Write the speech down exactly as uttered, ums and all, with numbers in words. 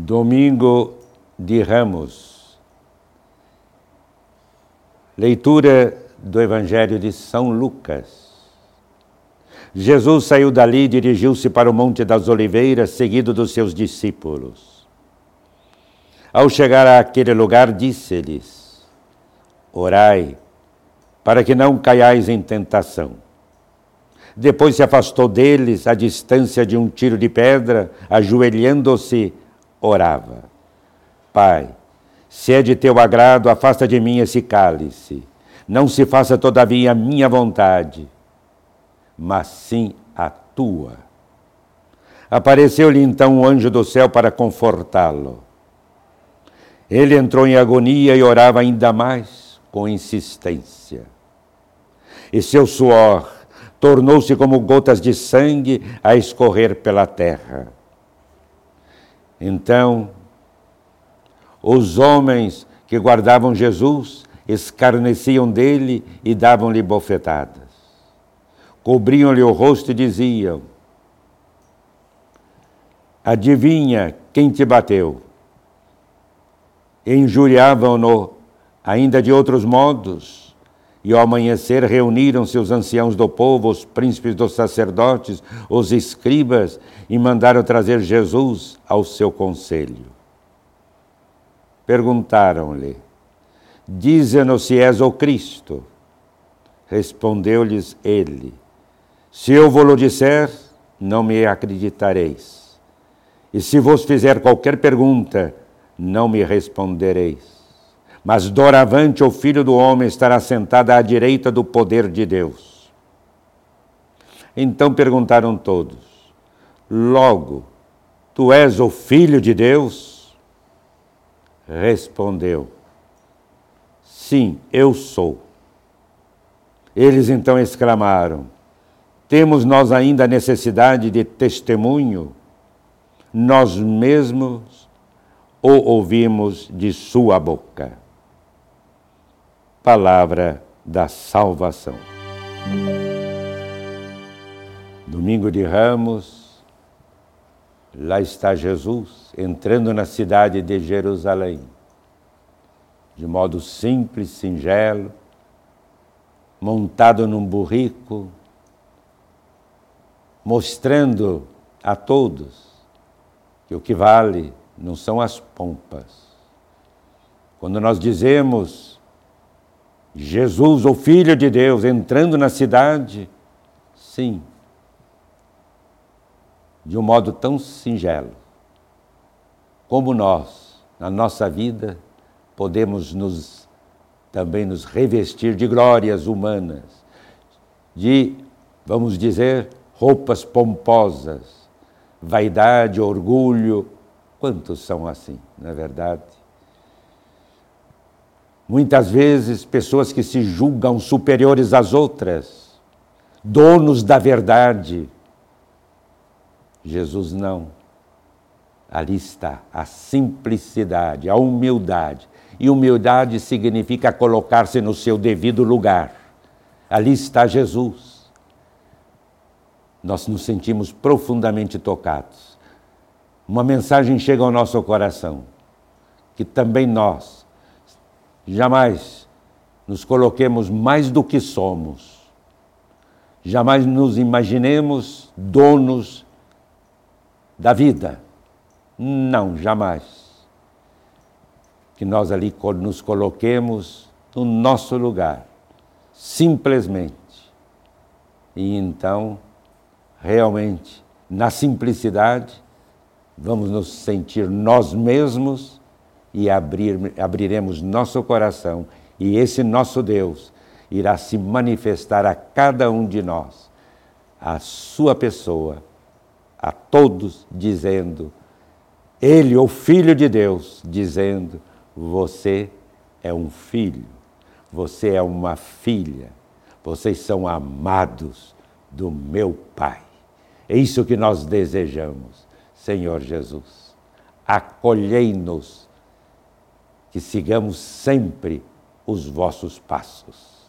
Domingo de Ramos. Leitura do Evangelho de São Lucas. Jesus saiu dali e dirigiu-se para o Monte das Oliveiras, seguido dos seus discípulos. Ao chegar àquele lugar, disse-lhes: orai, para que não caiais em tentação. Depois se afastou deles, à distância de um tiro de pedra, ajoelhando-se, orava: Pai, se é de teu agrado, afasta de mim esse cálice. Não se faça todavia a minha vontade, mas sim a tua. Apareceu-lhe então um anjo do céu para confortá-lo. Ele entrou em agonia e orava ainda mais com insistência. E seu suor tornou-se como gotas de sangue a escorrer pela terra. Então, os homens que guardavam Jesus escarneciam dele e davam-lhe bofetadas. Cobriam-lhe o rosto e diziam: adivinha quem te bateu? E injuriavam-no ainda de outros modos. E ao amanhecer reuniram-se os anciãos do povo, os príncipes dos sacerdotes, os escribas, e mandaram trazer Jesus ao seu conselho. Perguntaram-lhe: dize-nos se és o Cristo. Respondeu-lhes ele: se eu vos disser, não me acreditareis. E se vos fizer qualquer pergunta, não me respondereis. Mas doravante o Filho do Homem estará sentado à direita do poder de Deus. Então perguntaram todos: logo, tu és o Filho de Deus? Respondeu: sim, eu sou. Eles então exclamaram: temos nós ainda necessidade de testemunho? Nós mesmos o ouvimos de sua boca. Palavra da salvação. Domingo de Ramos, lá está Jesus entrando na cidade de Jerusalém, de modo simples, singelo, montado num burrico, mostrando a todos que o que vale não são as pompas. Quando nós dizemos Jesus, o Filho de Deus, entrando na cidade, sim, de um modo tão singelo, como nós, na nossa vida, podemos nos, também nos revestir de glórias humanas, de, vamos dizer, roupas pomposas, vaidade, orgulho. Quantos são assim, não é verdade? Muitas vezes, pessoas que se julgam superiores às outras, donos da verdade. Jesus não. Ali está a simplicidade, a humildade. E humildade significa colocar-se no seu devido lugar. Ali está Jesus. Nós nos sentimos profundamente tocados. Uma mensagem chega ao nosso coração, que também nós jamais nos coloquemos mais do que somos. Jamais nos imaginemos donos da vida. Não, jamais. Que nós ali nos coloquemos no nosso lugar, simplesmente. E então, realmente, na simplicidade, vamos nos sentir nós mesmos e abrir, abriremos nosso coração, e esse nosso Deus irá se manifestar a cada um de nós, a sua pessoa, a todos, dizendo, Ele, o Filho de Deus, dizendo, você é um filho, você é uma filha, vocês são amados do meu Pai. É isso que nós desejamos, Senhor Jesus. Acolhei-nos, que sigamos sempre os vossos passos.